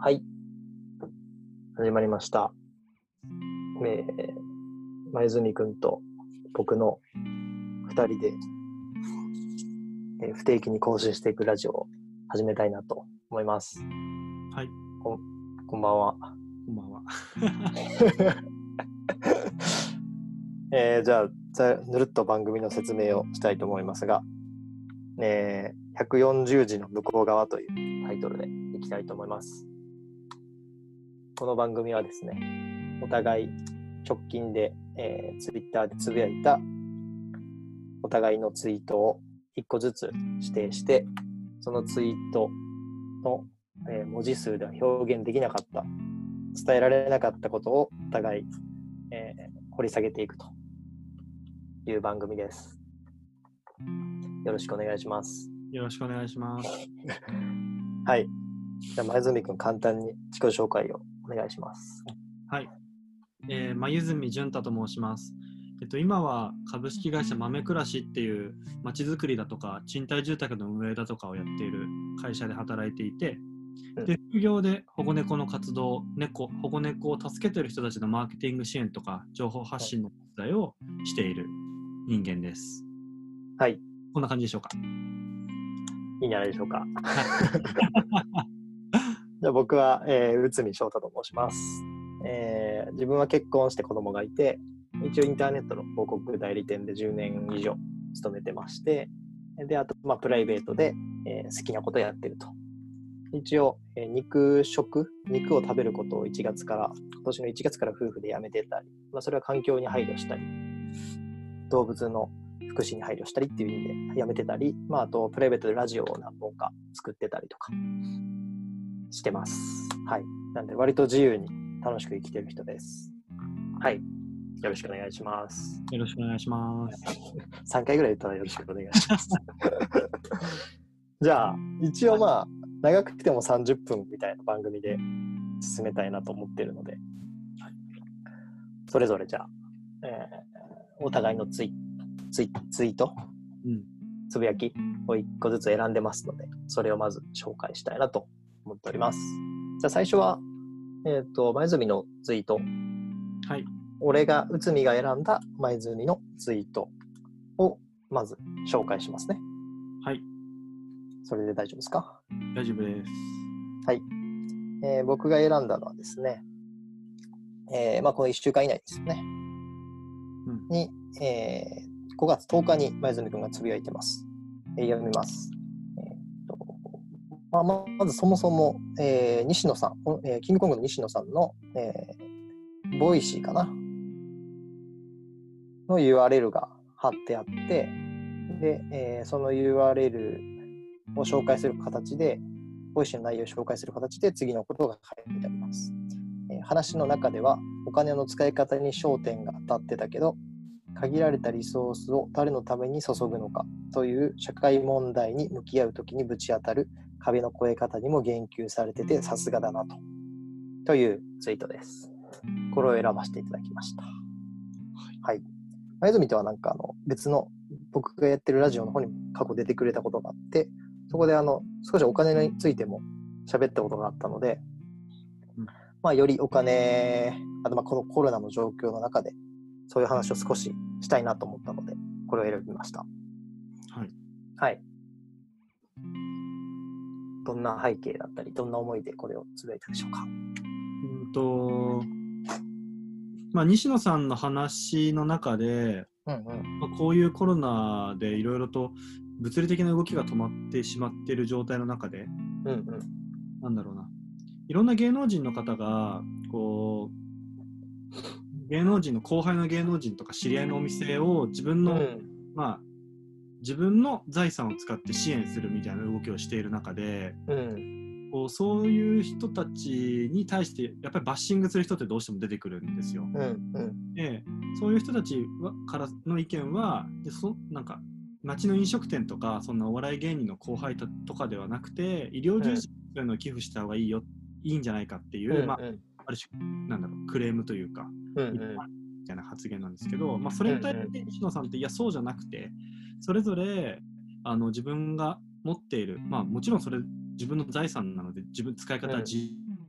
はい、始まりました。前住くんと僕の2人で、不定期に更新していくラジオを始めたいなと思います。 はい。 こんばんは。 こんばんは。 じゃあぬるっと番組の説明をしたいと思いますが、140字の向こう側というタイトルでいきたいと思います。この番組はですね、お互い直近で、Twitter でつぶやいたお互いのツイートを1個ずつ指定して、そのツイートの、文字数では表現できなかった、伝えられなかったことをお互い、掘り下げていくという番組です。よろしくお願いします。 よろしくお願いします。 はい。じゃあ前住くん、簡単に自己紹介をお願いします。 はい。前住淳太と申します。今は株式会社豆暮らしっていう街づくりだとか賃貸住宅の運営だとかをやっている会社で働いていて、で副業で保護猫の活動、保護猫を助けている人たちのマーケティング支援とか情報発信の手伝いをしている人間です。 はい。 こんな感じでしょうか。 いいんじゃないでしょうか。じゃあ僕は、内海翔太と申します。自分は結婚して子供がいて、一応インターネットの広告代理店で10年以上勤めてまして、であと、プライベートで、好きなことをやってると。一応、肉を食べることを今年の1月から夫婦でやめてたり、それは環境に配慮したり、動物の福祉に配慮したりっていう意味でやめてたり、あとプライベートでラジオを何本か作ってたりとかしてます。はい。なんで割と自由に楽しく生きてる人です。はい。よろしくお願いします。 よろしくお願いします。 3回ぐらい言ったらよろしくお願いします。じゃあ、一応長くても30分みたいな番組で進めたいなと思ってるので、それぞれじゃあ、お互いのツイート、つぶやきを1個ずつ選んでますので、それをまず紹介したいなと思っております。じゃあ最初は、前住のツイート。 はい。 内海が選んだ前住のツイートをまず紹介しますね。 はい。 それで大丈夫ですか？ 大丈夫です。 はい。僕が選んだのはですね、この1週間以内ですね。に、5月10日に前住くんがつぶやいてます。読みます。まずそもそも、西野さん、キングコングの西野さんの、ボイシーかなの URL が貼ってあって、で、その URL を紹介する形で、ボイシーの内容を紹介する形で次のことが書いてあります。話の中ではお金の使い方に焦点が当たってたけど、限られたリソースを誰のために注ぐのかという社会問題に向き合うときにぶち当たる壁の越え方にも言及されててさすがだなというツイートです。これを選ばせていただきました。はい。前住とは別の僕がやってるラジオの方にも過去出てくれたことがあって、そこで少しお金についても喋ったことがあったので、よりお金、このコロナの状況の中でそういう話を少ししたいなと思ったので、これを選びました。 はい。 はい。どんな背景だったり、どんな思いでこれをつぶやいたでしょうか。 西野さんの話の中で、こういうコロナでいろいろと物理的な動きが止まってしまっている状態の中で、いろんな芸能人の方が芸能人の後輩の芸能人とか知り合いのお店を自分の財産を使って支援するみたいな動きをしている中で、そういう人たちに対してやっぱりバッシングする人ってどうしても出てくるんですよ。でそういう人たちからの意見は町の飲食店とかそんなお笑い芸人の後輩とかではなくて、医療従事者そういうのを寄付した方がいいんじゃないかっていう、ある種クレームというか、みたいな発言なんですけど、それに対して西野さんってそうじゃなくて、それぞれ自分が持っている、もちろんそれ自分の財産なので使い方は自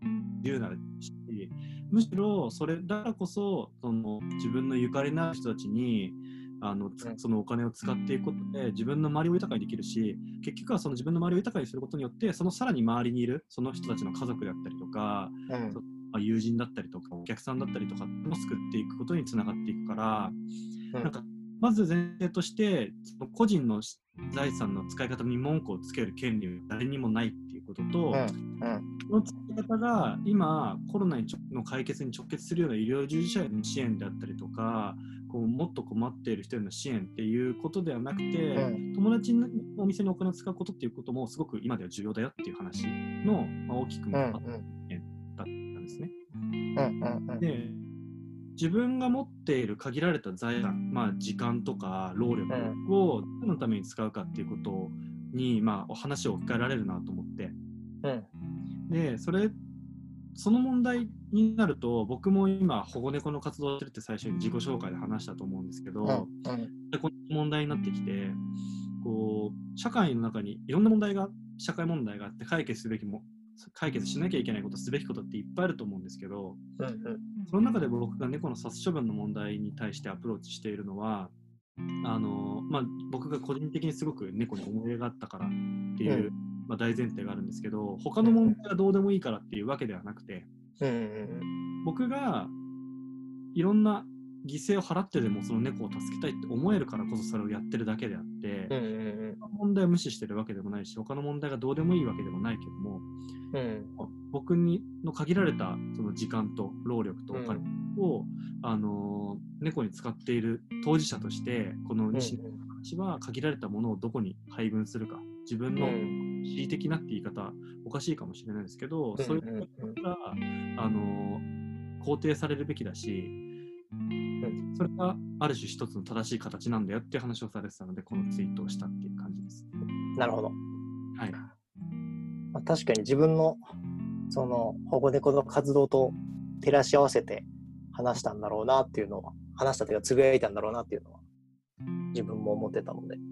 由なし、むしろそれだからこそ、自分のゆかりのある人たちにそのお金を使っていくことで自分の周りを豊かにできるし、結局はその自分の周りを豊かにすることによってそのさらに周りにいるその人たちの家族であったりとか、友人だったりとかお客さんだったりとかも救っていくことにつながっていくから、なんかまず前提として個人の財産の使い方に文句をつける権利は誰にもないっていうことと、その使い方が今コロナの解決に直結するような医療従事者への支援であったりとか、もっと困っている人への支援っていうことではなくて、友達のお店にお金を使うことっていうこともすごく今では重要だよっていう話の、大きくもあったんですね。で、自分が持っている限られた財産、時間とか労力を何のために使うかっていうことに、お話を置き換えられるなと思って、でその問題になると、僕も今保護猫の活動をしてるって最初に自己紹介で話したと思うんですけど、でこの問題になってきて、社会の中にいろんな社会問題があって、解決しなきゃいけないこと、すべきことっていっぱいあると思うんですけど、その中で僕が猫の殺処分の問題に対してアプローチしているのは、僕が個人的にすごく猫に思い入れがあったからっていう、大前提があるんですけど、他の問題がどうでもいいからっていうわけではなくて、僕がいろんな犠牲を払ってでもその猫を助けたいって思えるからこそそれをやってるだけであって、他の問題を無視してるわけでもないし、他の問題がどうでもいいわけでもないけども、僕の限られたその時間と労力とお金を、猫に使っている当事者として、この西野の話は限られたものをどこに配分するか、自分の恣意的なって言い方おかしいかもしれないですけど、そういうことが肯定されるべきだし、それがある種一つの正しい形なんだよっていう話をされてたので、このツイートをしたっていう感じです。 なるほど。 はい。 確かに自分のその保護猫の活動と照らし合わせて話したんだろうなっていうのは、話したというかつぶやいたんだろうなっていうのは自分も思ってたので、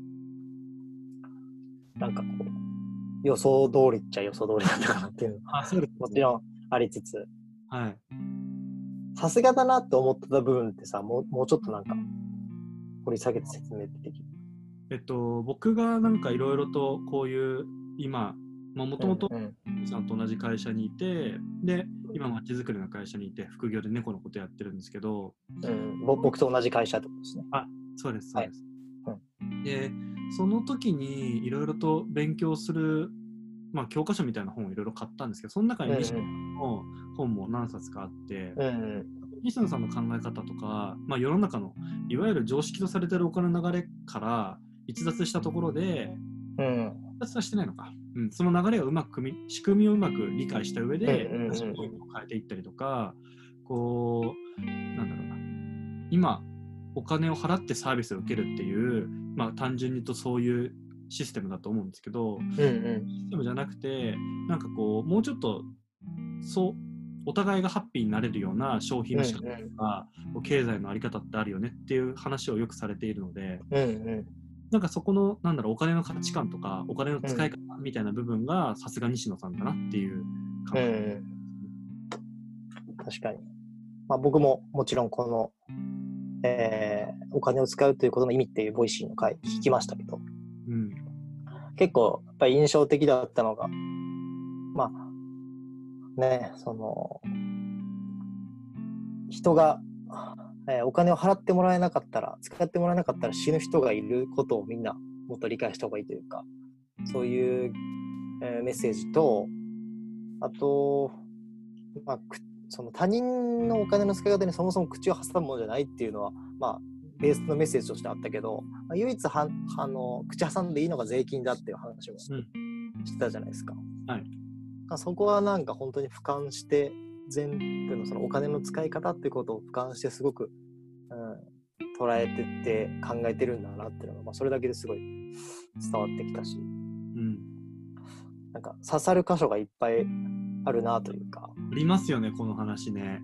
なんか予想通りっちゃ予想通りだったかなっていうのはもちろんありつつ、さすがだなって思ってた部分ってさ、もうちょっとなんか掘り下げて説明できる？ 僕がなんかいろいろとこういう今もともとさんと同じ会社にいて、で今まちづくりの会社にいて副業で猫のことやってるんですけど、 僕と同じ会社ってことですね。 そうですそうです。でその時にいろいろと勉強する、教科書みたいな本をいろいろ買ったんですけど、その中に西野さんの本も何冊かあって、西野さんの考え方とか、世の中のいわゆる常識とされているお金の流れから逸脱したところで、逸脱はしてないのか、その流れをうまく仕組みをうまく理解した上で仕組みを変えていったりとか、なんだろうな、今お金を払ってサービスを受けるっていう、単純に言うとそういうシステムだと思うんですけど、システムじゃなくて、なんかもうちょっとお互いがハッピーになれるような消費の仕方とか、経済のあり方ってあるよねっていう話をよくされているので、なんかそこのお金の価値観とかお金の使い方みたいな部分がさすが西野さんだなっていう感覚。 確かに。僕ももちろんこのお金を使うということの意味っていうボイシーの回聞きましたけど、結構やっぱり印象的だったのが、その人が、お金を払ってもらえなかったら、使ってもらえなかったら死ぬ人がいることをみんなもっと理解した方がいいというか、そういう、メッセージと、あと、その他人のお金の使い方にそもそも口を挟むものじゃないっていうのは、ベースのメッセージとしてあったけど、唯一口挟んでいいのが税金だっていう話をしてたじゃないですか。そこはなんか本当に俯瞰して全部のそのお金の使い方っていうことを俯瞰してすごく、捉えてって考えてるんだなっていうのが、それだけですごい伝わってきたし、なんか刺さる箇所がいっぱいあるなというか。 ありますよね、この話ね。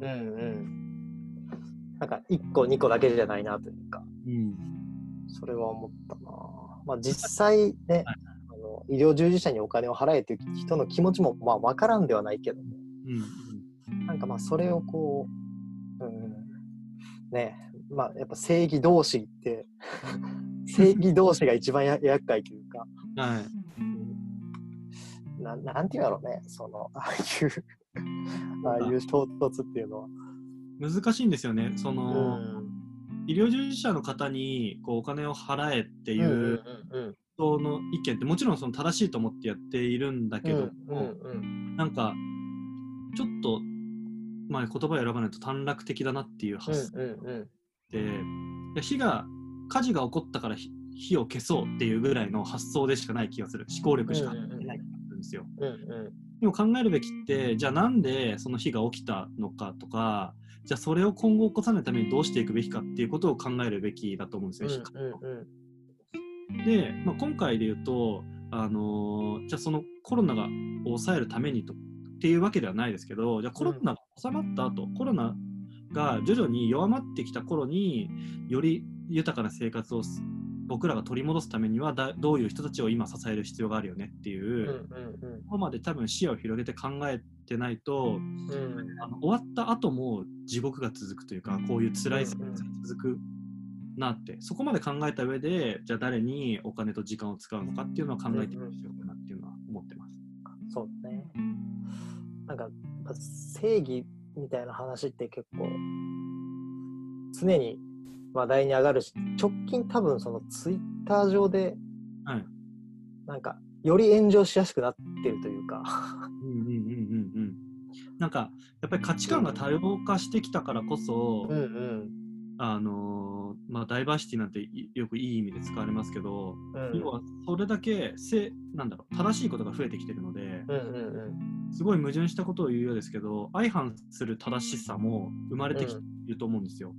なんか1個2個だけじゃないなというか、それは思ったな。実際ね、医療従事者にお金を払えという人の気持ちも分からんではないけども、 なんかまあそれをこう、ね、まあやっぱ正義同士って正義同士が一番厄介というか、 はい、 なんていうんだろうね、ああいう衝突っていうのは難しいんですよね。医療従事者の方にこうお金を払えっていう人の意見ってもちろん正しいと思ってやっているんだけども、なんかちょっと、まあ、言葉を選ばないと短絡的だなっていう発想で、火事が起こったから火を消そうっていうぐらいの発想でしかない気がする。思考力しかない気がするんですよ。でも考えるべきって、じゃあなんでその火が起きたのかとか、じゃあそれを今後起こさないためにどうしていくべきかっていうことを考えるべきだと思うんですよ。で、まあ、今回で言うと、じゃあそのコロナが抑えるためにっていうわけではないですけど、じゃあコロナが収まった後、コロナが徐々に弱まってきた頃により豊かな生活を僕らが取り戻すためにはどういう人たちを今支える必要があるよねっていうここまで多分視野を広げて考えてないと、終わった後も地獄が続くというか、こういう辛い生活が続くなって、そこまで考えた上でじゃあ誰にお金と時間を使うのかっていうのを考えていく必要だなっていうのは思ってます。 そうね。なんか正義みたいな話って結構常に話題に上がるし、直近多分ツイッター上で、なんかより炎上しやすくなってるというかなんかやっぱり価値観が多様化してきたからこそ、まあ、ダイバーシティなんてよくいい意味で使われますけど、要はそれだけ正しいことが増えてきてるので、すごい矛盾したことを言うようですけど、相反する正しさも生まれてきていると思うんですよ。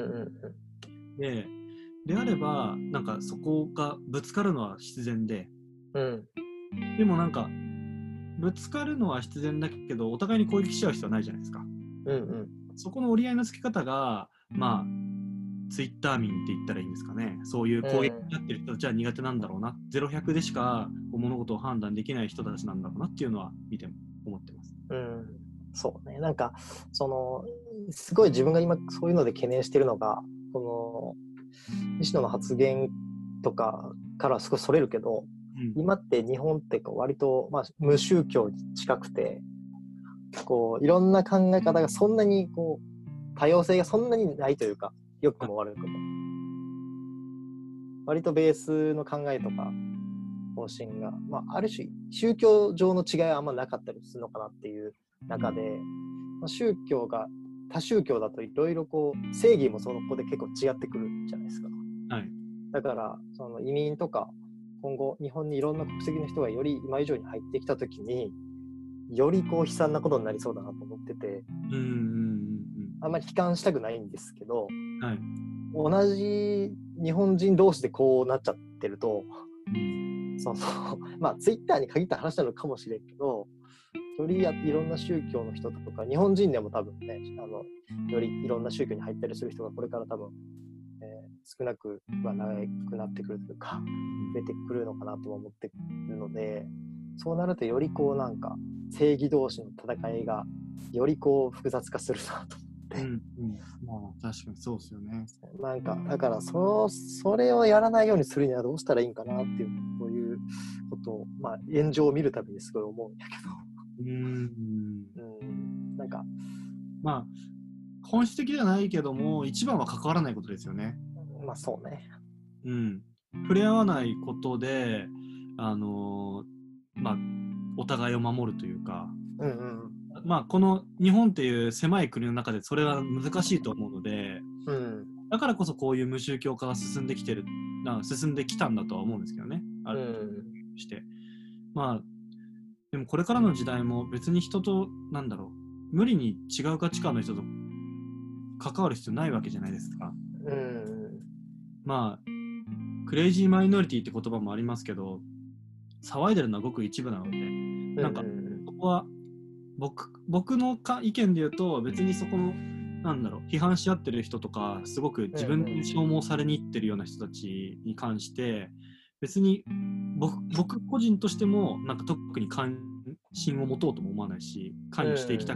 であればなんかそこがぶつかるのは必然で、でもなんかぶつかるのは必然だけどお互いに攻撃し合う必要はないじゃないですか。そこの折り合いのつけ方がまあツイッター民って言ったらいいんですかね。そういう攻撃になってる人たちは苦手なんだろうな、0-100でしか物事を判断できない人たちなんだろうなっていうのは見て思ってます。 そうね。なんかすごい自分が今そういうので懸念してるのが、西野の発言とかから少しそれるけど、今って日本って割と、まあ、無宗教に近くて、こういろんな考え方がそんなにこう多様性がそんなにないというか、良くも悪くも割とベースの考えとか方針が、まあ、ある種宗教上の違いはあんまなかったりするのかなっていう中で、まあ、宗教が他宗教だといろいろこう正義もその子で結構違ってくるじゃないですか。だから移民とか今後日本にいろんな国籍の人がより今以上に入ってきた時によりこう悲惨なことになりそうだなと思ってて、あんまり悲観したくないんですけど、同じ日本人同士でこうなっちゃってると、まあツイッターに限った話なのかもしれんけど、よりいろんな宗教の人とか日本人でも多分ね、よりいろんな宗教に入ったりする人がこれから多分、少なくはなくなってくるというか増えてくるのかなとは思ってるので、そうなるとよりこうなんか正義同士の戦いがよりこう複雑化するなと思って、 まあ確かにそうですよね。 なんかだからそれをやらないようにするにはどうしたらいいんかなっていう、こういうことを、まあ、炎上を見るたびにすごい思うんだけど、なんかまあ本質的ではないけども一番は関わらないことですよね。 まあそうね。 触れ合わないことでまあお互いを守るというか、まあこの日本っていう狭い国の中でそれは難しいと思うので、だからこそこういう無宗教化が進んできたんだとは思うんですけどね。してまあでもこれからの時代も別に人と無理に違う価値観の人と関わる必要ないわけじゃないですか。まあクレイジーマイノリティって言葉もありますけど、騒いでるのはごく一部なので、なんかそこは僕の意見で言うと、別にそこの批判し合ってる人とかすごく自分に消耗されにいってるような人たちに関して別に僕個人としてもなんか特に関心を持とうとも思わないし、関与していきたくない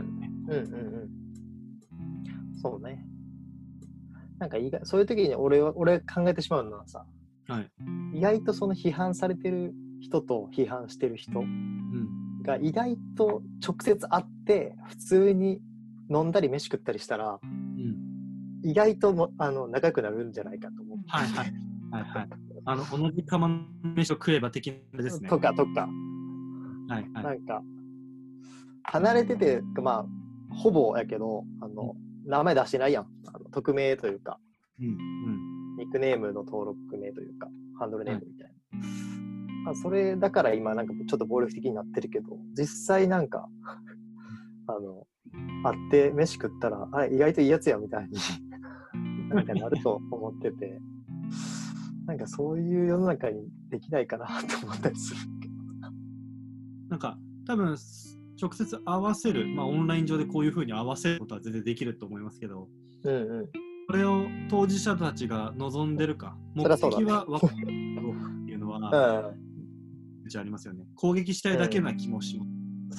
そうね。なんかそういう時に俺考えてしまうのはさ、 はい、 意外とその批判されてる人と批判してる人が意外と直接会って普通に飲んだり飯食ったりしたら、意外と仲良くなるんじゃないかと思う。 はいはいはいはい。同じ釜飯を食えば的なですね。 とか。 はいはい。 なんか離れてて、まあほぼやけど名前出してないやん。匿名というか、ニックネームの登録名というかハンドルネームみたいな。それだから今なんかちょっと暴力的になってるけど、実際なんか会って飯食ったらあれ意外といいやつやみたいになんかなると思ってて、なんかそういう世の中にできないかなと思ったりするけど、 なんか多分直接合わせる、まあオンライン上でこういう風に合わせることは全然できると思いますけど、これを当事者たちが望んでるか、目的は分かるっていうのは、ありますよね。攻撃したいだけな気もします。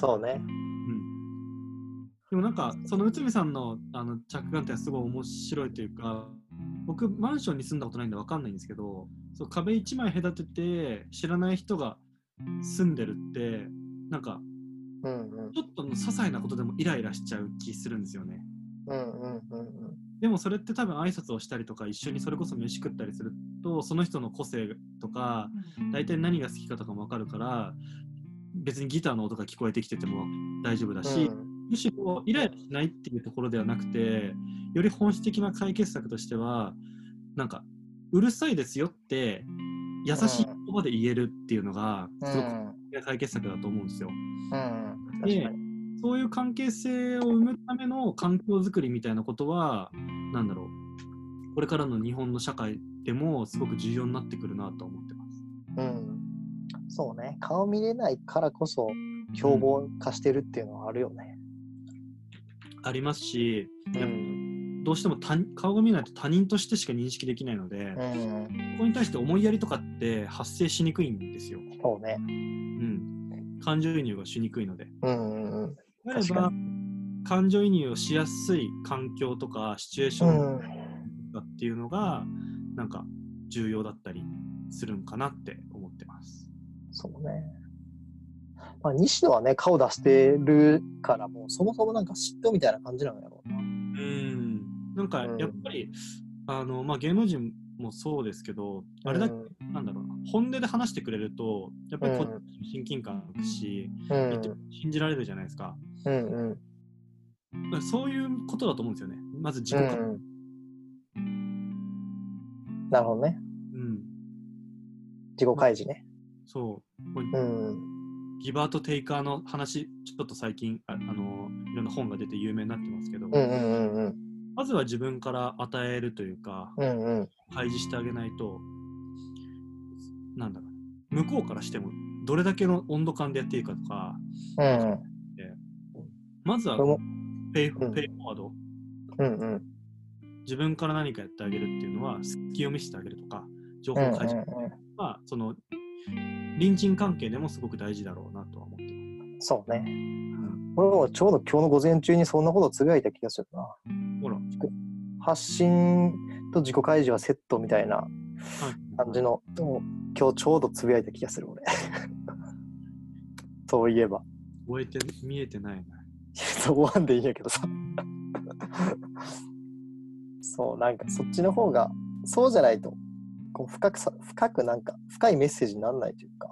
そうね。 でもなんかその内海さんの着眼点はすごい面白いというか、僕マンションに住んだことないんで分かんないんですけど、そう壁一枚隔てて知らない人が住んでるってなんか、ちょっとの些細なことでもイライラしちゃう気するんですよね。でもそれって多分挨拶をしたりとか一緒にそれこそ飯食ったりするとその人の個性とか大体何が好きかとかも分かるから、別にギターの音が聞こえてきてても大丈夫だし、むしろイライラしないっていうところではなくて、より本質的な解決策としてはなんかうるさいですよって優しい言葉で言えるっていうのがすごく解決策だと思うんですよ。でそういう関係性を生むための環境づくりみたいなことはなんだろう、これからの日本の社会でもすごく重要になってくるなと思ってます。 そうね。顔見れないからこそ凶暴化してるっていうのはあるよね。 ありますし、どうしても顔が見えないと他人としてしか認識できないので、ここに対して思いやりとかって発生しにくいんですよ。 そうね。 感情移入がしにくいので。 あれば感情移入をしやすい環境とかシチュエーションだっていうのがなんか重要だったりするんかなって思ってます。 そうね。まあ、西野はね顔出してるからもうそもそもなんか嫉妬みたいな感じなのやろうな。 なんかやっぱり、まあ、芸能人もそうですけど、あれだけなんだろうな、本音で話してくれるとやっぱりこっちも親近感湧くし、信じられるじゃないですか。そういうことだと思うんですよね。まず自己感。 なるほどね。自己開示ね。 そう。ギバーとテイカーの話、ちょっと最近いろんな本が出て有名になってますけど、まずは自分から与えるというか、開示してあげないと、なんだろう、向こうからしてもどれだけの温度感でやっていいかとか、まずはペイフォワード、自分から何かやってあげるっていうのは隙を見せてあげるとか、情報開示はその隣人関係でもすごく大事だろうなとは思ってます。 そうね。俺はちょうど今日の午前中にそんなことをつぶやいた気がするな。 ほら。 発信と自己開示はセットみたいな感じの、今日ちょうどつぶやいた気がする俺。そういえば。 見えてないな。 そうわんでいいんやけどさ。そうなんかそっちの方がそうじゃないとこう深くなんか深いメッセージにならないというか、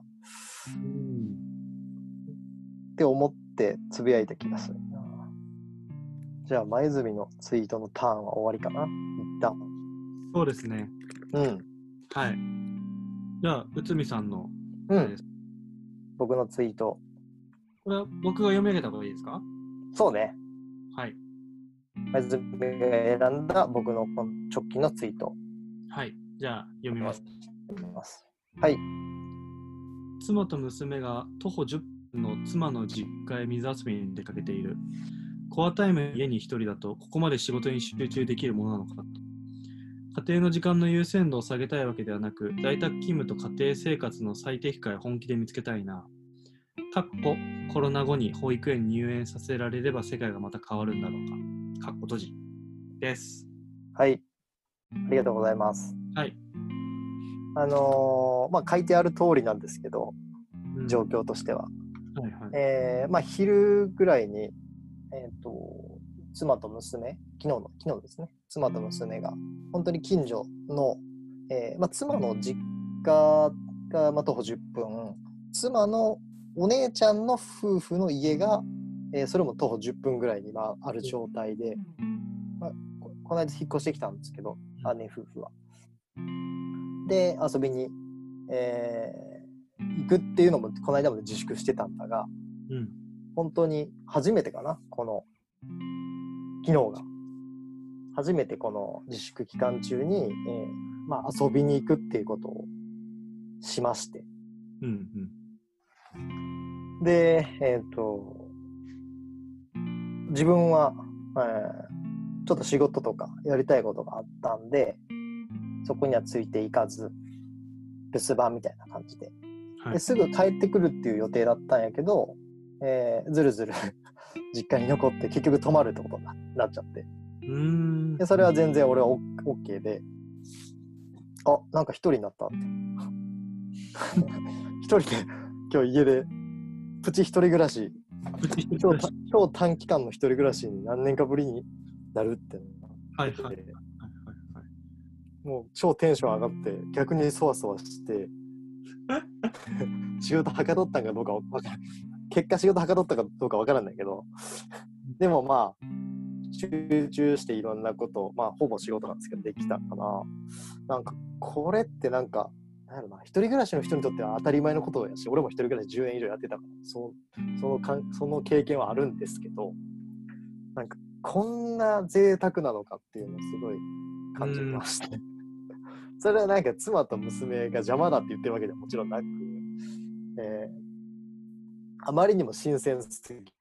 って思ってつぶやいた気がするな。じゃあ前住のツイートのターンは終わりかな一旦。 そうですね。はい。じゃあ内海さんの、 僕のツイート。 これは僕が読み上げた方がいいですか？そうね。 はい。 前住が選んだ僕の直近のツイート。 はい。じゃあ読みます。 はい。 妻と娘が徒歩10分の妻の実家へ水遊びに出かけている。コアタイム家に一人だとここまで仕事に集中できるものなのかと。家庭の時間の優先度を下げたいわけではなく、在宅勤務と家庭生活の最適解を本気で見つけたいな。 コロナ後に保育園に入園させられれば世界がまた変わるんだろうか。閉じです。 はい。ありがとうございます。 はい。 書いてある通りなんですけど、状況としては。 はいはい。昼ぐらいに、妻と娘、昨日ですね、妻と娘が、本当に近所の、妻の実家が、徒歩10分、妻のお姉ちゃんの夫婦の家が、それも徒歩10分ぐらいにある状態で、この間引っ越してきたんですけど、姉夫婦は。で、遊びに、行くっていうのもこの間まで自粛してたんだが、本当に初めてかな、昨日が初めてこの自粛期間中に、遊びに行くっていうことをしまして、で、自分は、ちょっと仕事とかやりたいことがあったんで、そこにはついていかず留守番みたいな感じで、ですぐ帰ってくるっていう予定だったんやけど、ずるずる実家に残って結局泊まるってことになっちゃって、でそれは全然俺は OK で、なんか一人になったって一人で今日家でプチ一人暮らし、超短期間の一人暮らしに何年かぶりになるってもう超テンション上がって逆にそわそわして仕事はかどったんかどうか分からん、結果仕事はかどったかどうか分からないけど、でも集中していろんなことを、ほぼ仕事なんですけどできたかな。なんかこれってなんやろな、一人暮らしの人にとっては当たり前のことやし、俺も一人暮らし10年以上やってたからその経験はあるんですけど、なんかこんな贅沢なのかっていうのをすごい感じました。それはなんか妻と娘が邪魔だって言ってるわけではもちろんなく、あまりにも新鮮すぎて、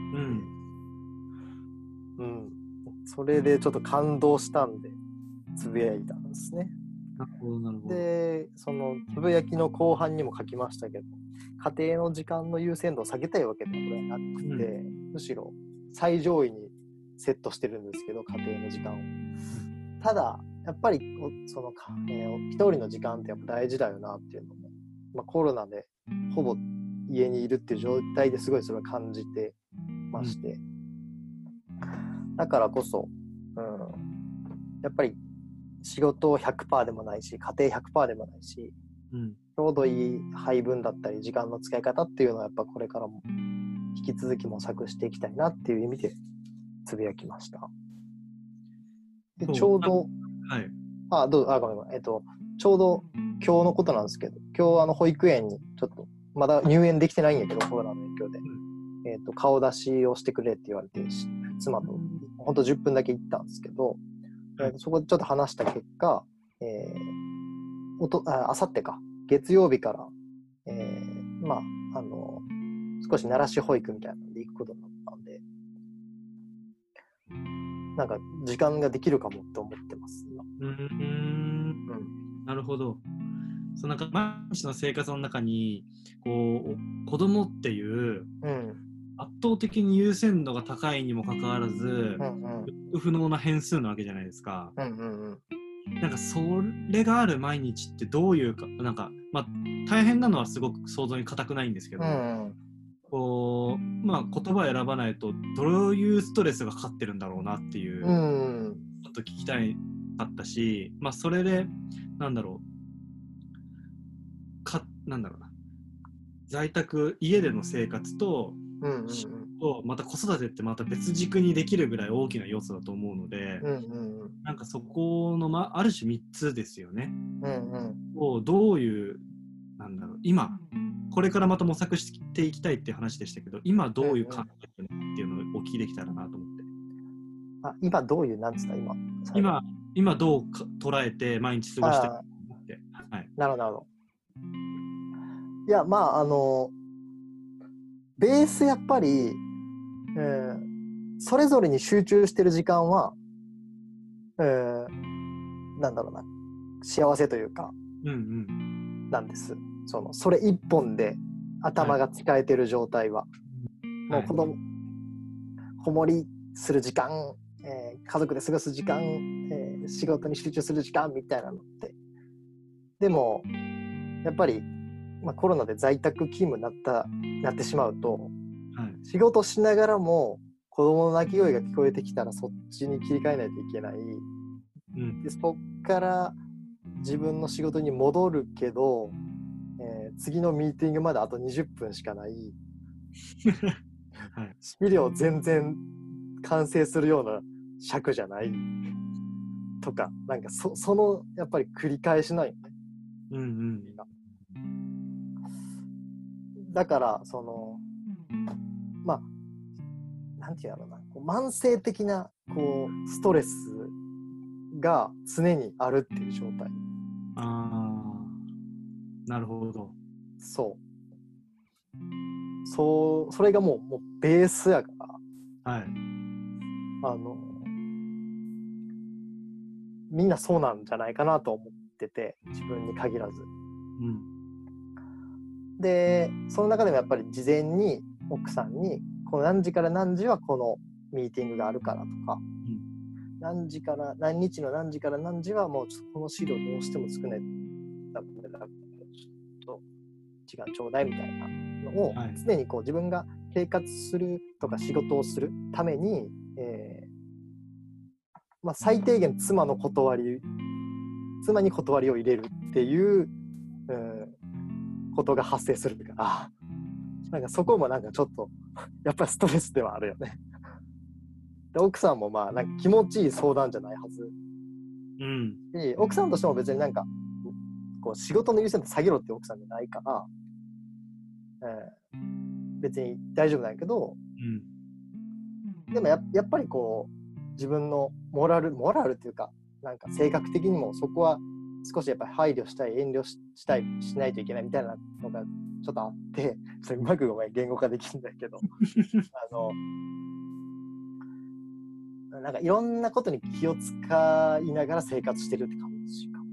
それでちょっと感動したんでつぶやいたんですね。 なるほど。 で、そのつぶやきの後半にも書きましたけど、家庭の時間の優先度を下げたいわけではなくて、むしろ最上位にセットしてるんですけど、家庭の時間を。ただやっぱりその、一人の時間ってやっぱ大事だよなっていうのも、コロナでほぼ家にいるっていう状態ですごいそれを感じてまして、だからこそ、やっぱり仕事 100% でもないし、家庭 100% でもないし、ちょうどいい配分だったり時間の使い方っていうのはやっぱこれからも引き続き模索していきたいなっていう意味でつぶやきました。でちょうど、ごめん、ちょうど今日のことなんですけど、今日保育園にちょっとまだ入園できてないんやけど、コロナの影響で、顔出しをしてくれって言われて、妻とほんと10分だけ行ったんですけど、そこでちょっと話した結果、あさってか月曜日から、少し慣らし保育みたいなので行くことになったんで、なんか時間ができるかもって思ってます。 なるほど。なんか毎日の生活の中に子供っていう、圧倒的に優先度が高いにもかかわらず、不能な変数なわけじゃないですか。なんかそれがある毎日ってどういうか、なんか大変なのはすごく想像に難くないんですけど、言葉を選ばないとどういうストレスがかかってるんだろうなっていう、ちょっと聞きたいかったし、それでなんだろうな、在宅家での生活と、また子育てってまた別軸にできるぐらい大きな要素だと思うので、なんかそこの、ある種3つですよね。をどういう今これからまた模索していきたいっていう話でしたけど、今どういう考えてるのっていうのをお聞きできたらなと思って。 今どういうなんですか今どう捉えて毎日過ごしてるのって。 なるほど。いやベースやっぱり、それぞれに集中してる時間は、幸せというか、なんです。それ一本で頭が使えてる状態は、もう子守りする時間、家族で過ごす時間、仕事に集中する時間みたいなのって、でもやっぱり、コロナで在宅勤務になってしまうと、仕事しながらも子供の泣き声が聞こえてきたらそっちに切り替えないといけない、でそこから自分の仕事に戻るけど、次のミーティングまであと20分しかない、資料全然完成するような尺じゃないとか、なんかそのやっぱり繰り返しないよね。だからそのなんていうのかな、慢性的なストレスが常にあるっていう状態。 なるほど。 それがもうベースやから、みんなそうなんじゃないかなと思ってて、自分に限らず。でその中でもやっぱり事前に奥さんにこの何時から何時はこのミーティングがあるからとか、何時から何日の何時から何時はもうちょっとこの資料どうしても作れないだからちょっと時間ちょうだいみたいなのを、常に自分が生活するとか仕事をするために、最低限妻に断りを入れるっていう、ことが発生するから、なんかそこもなんかちょっとやっぱりストレスではあるよね。で奥さんもなんか気持ちいい相談じゃないはず、で奥さんとしても別になんか仕事の優先度下げろって奥さんじゃないから、別に大丈夫なんやけど、でも やっぱり自分のモラルっていうか、なんか性格的にもそこは少しやっぱり配慮したい、遠慮したい、しないといけないみたいなのがちょっとあって、それうまく言語化できるんだけどなんかいろんなことに気を使いながら生活してるって感じか。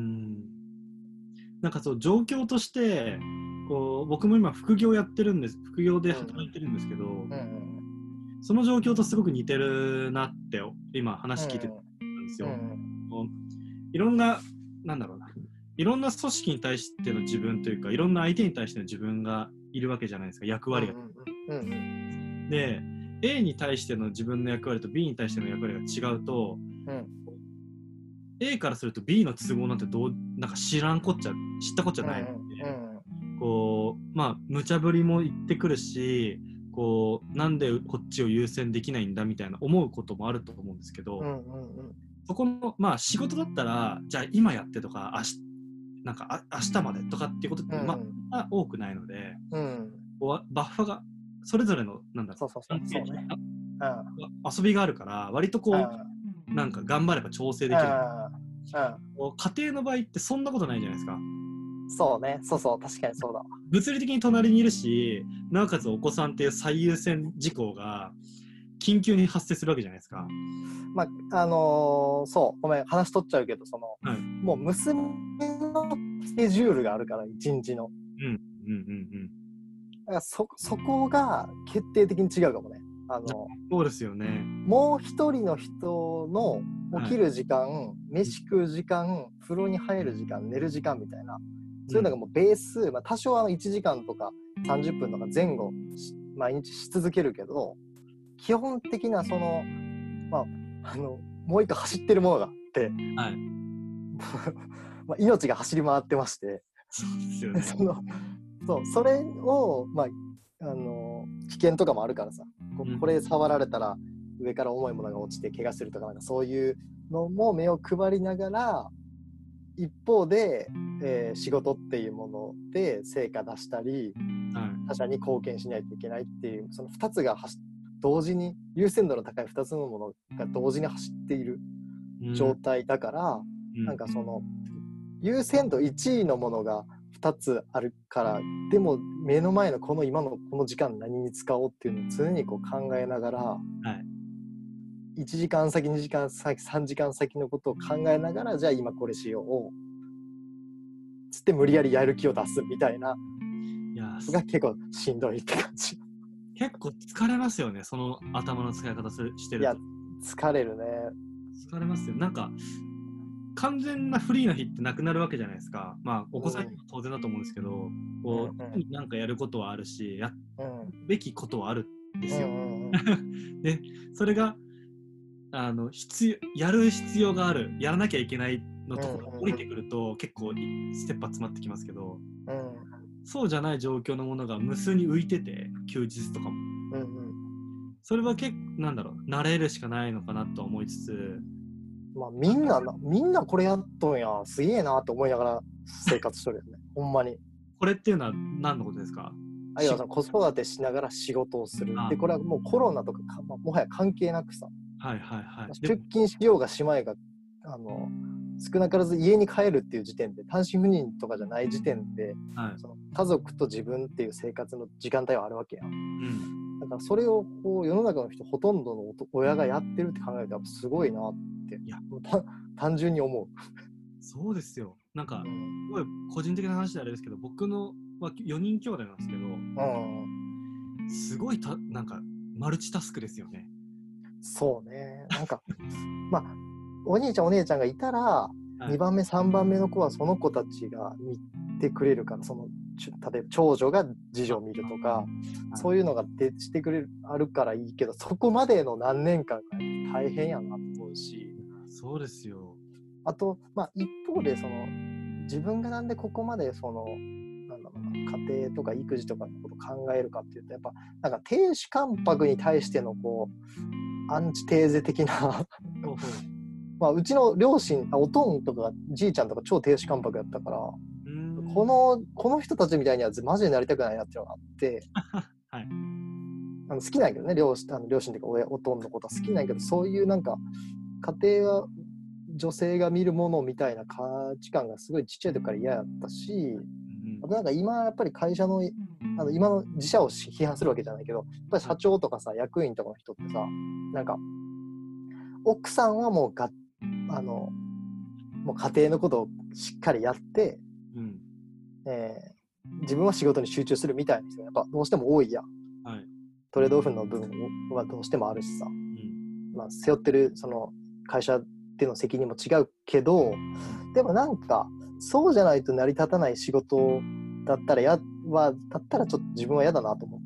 なんかそう状況として僕も今副業で働いてるんですけど、その状況とすごく似てるなって今話聞いてたんですよ。いろんないろんな組織に対しての自分というか、いろんな相手に対しての自分がいるわけじゃないですか、役割が。で、A に対しての自分の役割と B に対しての役割が違うと、A からすると B の都合なんてなんか知ったこっちゃないので、無茶ぶりも言ってくるし、なんでこっちを優先できないんだみたいな思うこともあると思うんですけど、そこの仕事だったらじゃあ今やってとか明日までとかっていうことって多くないので、バッファがそれぞれの遊びがあるから割となんか頑張れば調整できる。家庭の場合ってそんなことないじゃないですか。 そうね、そう確かにそうだわ。 物理的に隣にいるし、なおかつお子さんっていう最優先事項が緊急に発生するわけじゃないですか。 そうごめん話取っちゃうけど、もう娘のスケジュールがあるから一日の、だからそこが決定的に違うかもね。 そうですよね。 もう一人の人の起きる時間、飯食う時間、風呂に入る時間、寝る時間みたいな、そういうのがもうベース、多少1時間とか30分とか前後毎日し続けるけど、基本的なもう一個走ってるものがあって、命が走り回ってまして、 そうですよね。 それを危険とかもあるからさ、これ触られたら上から重いものが落ちて怪我するとか、そういうのも目を配りながら、一方で、仕事っていうもので成果出したり、他者に貢献しないといけないっていう、その2つが同時に、優先度の高い2つのものが同時に走っている状態だから、なんか優先度1位のものが2つあるから、でも目の前の今のこの時間何に使おうっていうのを常に考えながら、1時間先、2時間先、3時間先のことを考えながら、じゃあ今これしようつって無理やりやる気を出すみたいなやが結構しんどいって感じ。 結構疲れますよね、その頭の使い方してると。いや、 疲れるね。 疲れますよ。なんか完全なフリーの日ってなくなるわけじゃないですか。まあお子さんにも当然だと思うんですけど、こうなんかやることはあるし、やるべきことはあるんですよ。で、それがやる必要がある、やらなきゃいけないのところが降りてくると、結構ステップ詰まってきますけど、そうじゃない状況のものが無数に浮いてて、休日とかも、それはなんだろう、慣れるしかないのかなと思いつつ、 まあ、みんなこれやっとんや、すげえなと思いながら生活しとるよね。ほんまに。 これっていうのは何のことですか？ いや、子育てしながら仕事をする。で、これはもうコロナとかもはや関係なくさ、出勤しようがしまいが、少なからず家に帰るっていう時点で、単身赴任とかじゃない時点で、その家族と自分っていう生活の時間帯はあるわけやん。だからそれをこう世の中の人ほとんどの親がやってるって考えるとやっぱすごいなって、いや単純に思う。 そうですよ。なんか、すごい個人的な話であれですけど、僕のは4人兄弟なんですけど、すごいなんかマルチタスクですよね。そうね。なんかまあお兄ちゃんお姉ちゃんがいたら、2番目3番目の子はその子たちが見てくれるから、例えば長女が次女を見るとか、そういうのがしてくれるあるからいいけど、そこまでの何年間が大変やなと思うし。 そうですよ。 あと、一方で自分がなんでここまでなんだろうな、家庭とか育児とかのことを考えるかっていうと、やっぱなんか亭主関白に対してのこうアンチテーゼ的なうちの両親、おとんとかじいちゃんとか超亭主関白やったから、この人たちみたいにはマジでなりたくないなっていうのがあって、はい、好きなんやけどね、両親というかおとんのことは好きなんやけど、そういうなんか家庭は女性が見るものみたいな価値観がすごいちっちゃい時から嫌やったし、あとなんか今やっぱり会社の今の自社を批判するわけじゃないけど、やっぱり社長とかさ、役員とかの人ってさ、なんか奥さんはもうもう家庭のことをしっかりやって、自分は仕事に集中するみたいな人がやっぱどうしても多いやん。トレードオフの部分はどうしてもあるしさ、背負ってるその会社での責任も違うけど、でもなんかそうじゃないと成り立たない仕事だったらちょっと自分は嫌だなと思って、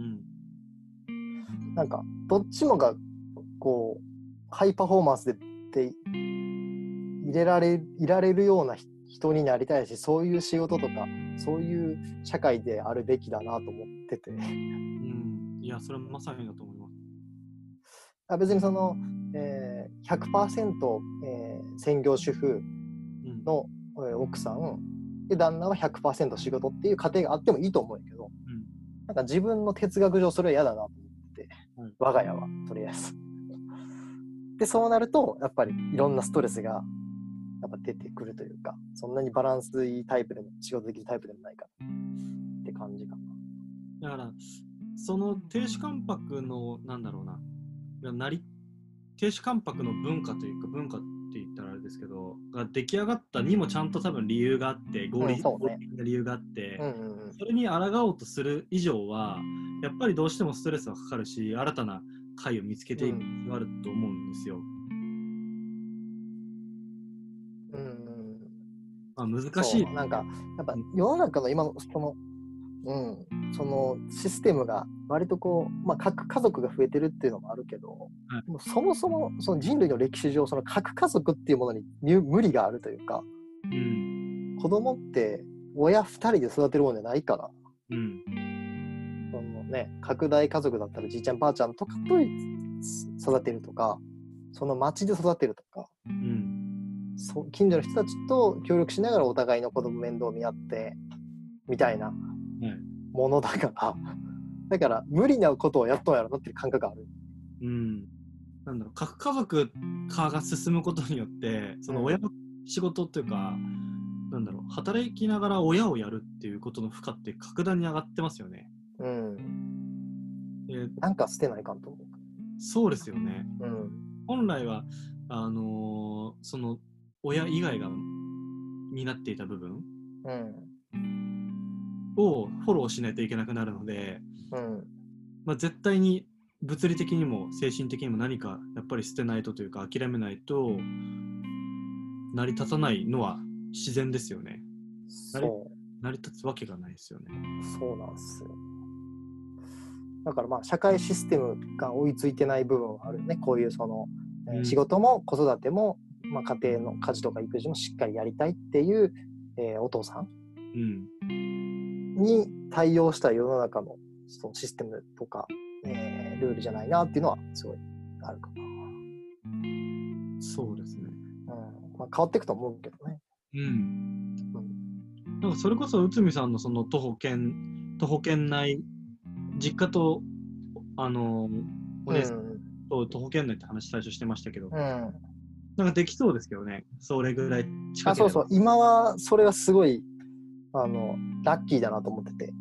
なんかどっちもがこうハイパフォーマンスでいられるような人になりたいし、そういう仕事とかそういう社会であるべきだなと思ってて、 いやそれまさにだと思います。 別に100% 専業主婦の奥さんで旦那は 100% 仕事っていう家庭があってもいいと思うんやけど、なんか自分の哲学上それは嫌だなと思って、我が家はとりあえずで、そうなるとやっぱりいろんなストレスがやっぱ出てくるというか、そんなにバランスいいタイプでも仕事できるタイプでもないからって感じかな。だからその亭主関白のなんだろうな、亭主関白の文化というか、文化って言ったらあれですけど、が出来上がったにもちゃんと多分理由があって、合理的な理由があって、それに抗おうとする以上はやっぱりどうしてもストレスはかかるし、新たな解を見つけていく必要があると思うんですよ。難しい。 なんかやっぱ世の中の今のそのシステムが割とこう、核家族が増えてるっていうのもあるけど、もうそもそもその人類の歴史上その核家族っていうものに無理があるというか、子供って親2人で育てるものじゃないから、そのね、拡大家族だったらじいちゃんばあちゃんとかと育てるとか、その町で育てるとか、近所の人たちと協力しながらお互いの子供面倒見合ってみたいなものだから、だから無理なことをやっとんやろなっていう感覚がある。 なんだろう、核家族化が進むことによってその親の仕事っていうか、なんだろう、働きながら親をやるっていうことの負荷って格段に上がってますよね。 なんか捨てないかんと思う。 そうですよね。本来はその親以外が担っていた部分、 をフォローしないといけなくなるので、絶対に物理的にも精神的にも何かやっぱり捨てないとというか諦めないと成り立たないのは自然ですよね。成り立つわけがないですよね。 そうなんですよ。だから社会システムが追いついてない部分はあるよね。こういう仕事も子育ても、家庭の家事とか育児もしっかりやりたいっていう、お父さんに対応した世の中のそのシステムとか、ルールじゃないなっていうのはすごいあるかな。 そうですね。 変わっていくと思うけどね。 なんかそれこそ内海さんのその徒歩圏内、実家とお姉さんと徒歩圏内って話最初してましたけど、なんかできそうですけどね。それぐらい近ければ。 そう今はそれはすごいラッキーだなと思ってて、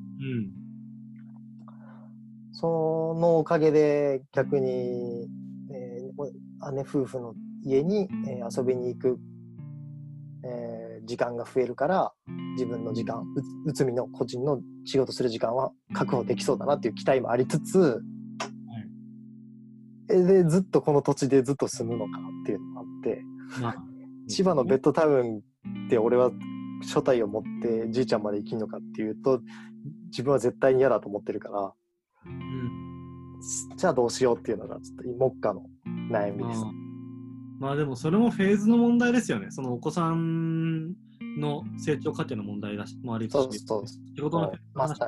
そのおかげで逆に、姉夫婦の家に、遊びに行く、時間が増えるから自分の時間、内海の個人の仕事する時間は確保できそうだなっていう期待もありつつ、でずっとこの土地でずっと住むのかっていうのもあって、千葉のベッドタウンで俺は所帯を持ってじいちゃんまで生きるのかっていうと自分は絶対に嫌だと思ってるから、じゃあどうしようっていうのがちょっと目下の悩みです。 でもそれもフェーズの問題ですよね。そのお子さんの成長過程の問題もありますし、仕事のまさ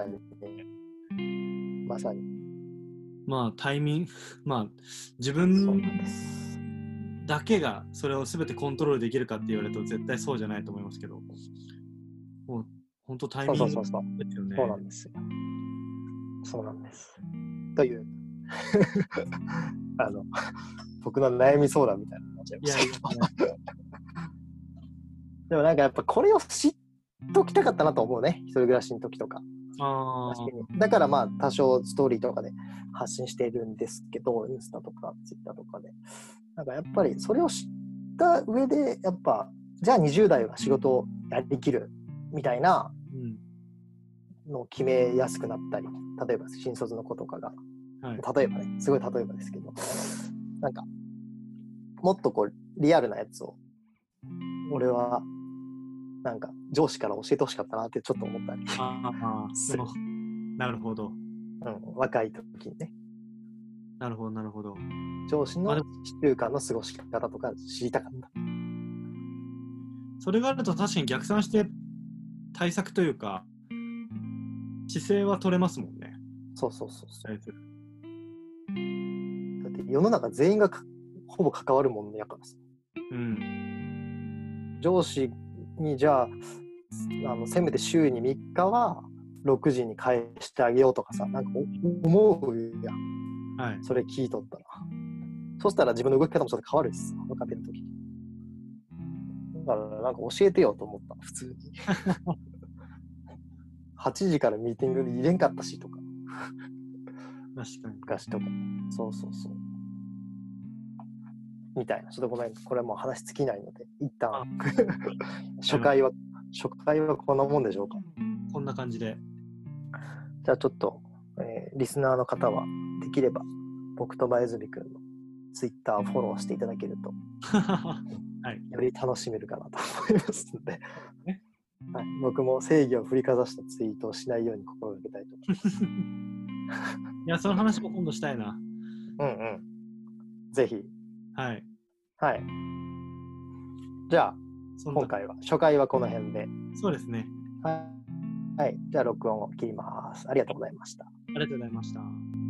にタイミング、自分だけがそれを全てコントロールできるかって言われると絶対そうじゃないと思いますけど、もう本当タイミングですよね。 そうなんですよ。そうなんです。という僕の悩み相談みたいなのになっちゃいましたけど。でもなんかやっぱこれを知っときたかったなと思うね。一人暮らしの時とか。だから多少ストーリーとかで発信しているんですけど、インスタとかツイッターとかで。なんかやっぱりそれを知った上で、やっぱじゃあ20代は仕事をやりきるみたいなのを決めやすくなったり、例えば新卒の子とかが、例えばね、すごい例えばですけど、なんかもっとリアルなやつを俺はなんか上司から教えてほしかったなってちょっと思ったりなるほど、 若い時にね。 なるほど。 上司の1週間の過ごし方とか知りたかった。 それがあると確かに逆算して対策というか姿勢は取れますもんね。 そう。だって世の中全員がほぼ関わるもんやからさ。上司にじゃあせめて週に3日は6時に返してあげようとかさ、なんか思うやん。それ聞いとったら。そしたら自分の動き方もちょっと変わるしさ、若手の時。だからなんか教えてよと思った、普通に。8時からミーティングで入れんかったしとか。 確かに。 昔とか。そう。みたいな。ちょっとごめん、これはもう話尽きないので、一旦初回はこんなもんでしょうか。 こんな感じで。 じゃあちょっと、リスナーの方はできれば僕と前住くんのツイッターをフォローしていただけると、より楽しめるかなと思いますので、僕も正義を振りかざしたツイートをしないように心がけたいと思います。 いや、その話も今度したいな。 ぜひ。はい。じゃあ今回は初回はこの辺で。 そうですね。 はい。じゃあ録音を切ります。ありがとうございました。 ありがとうございました。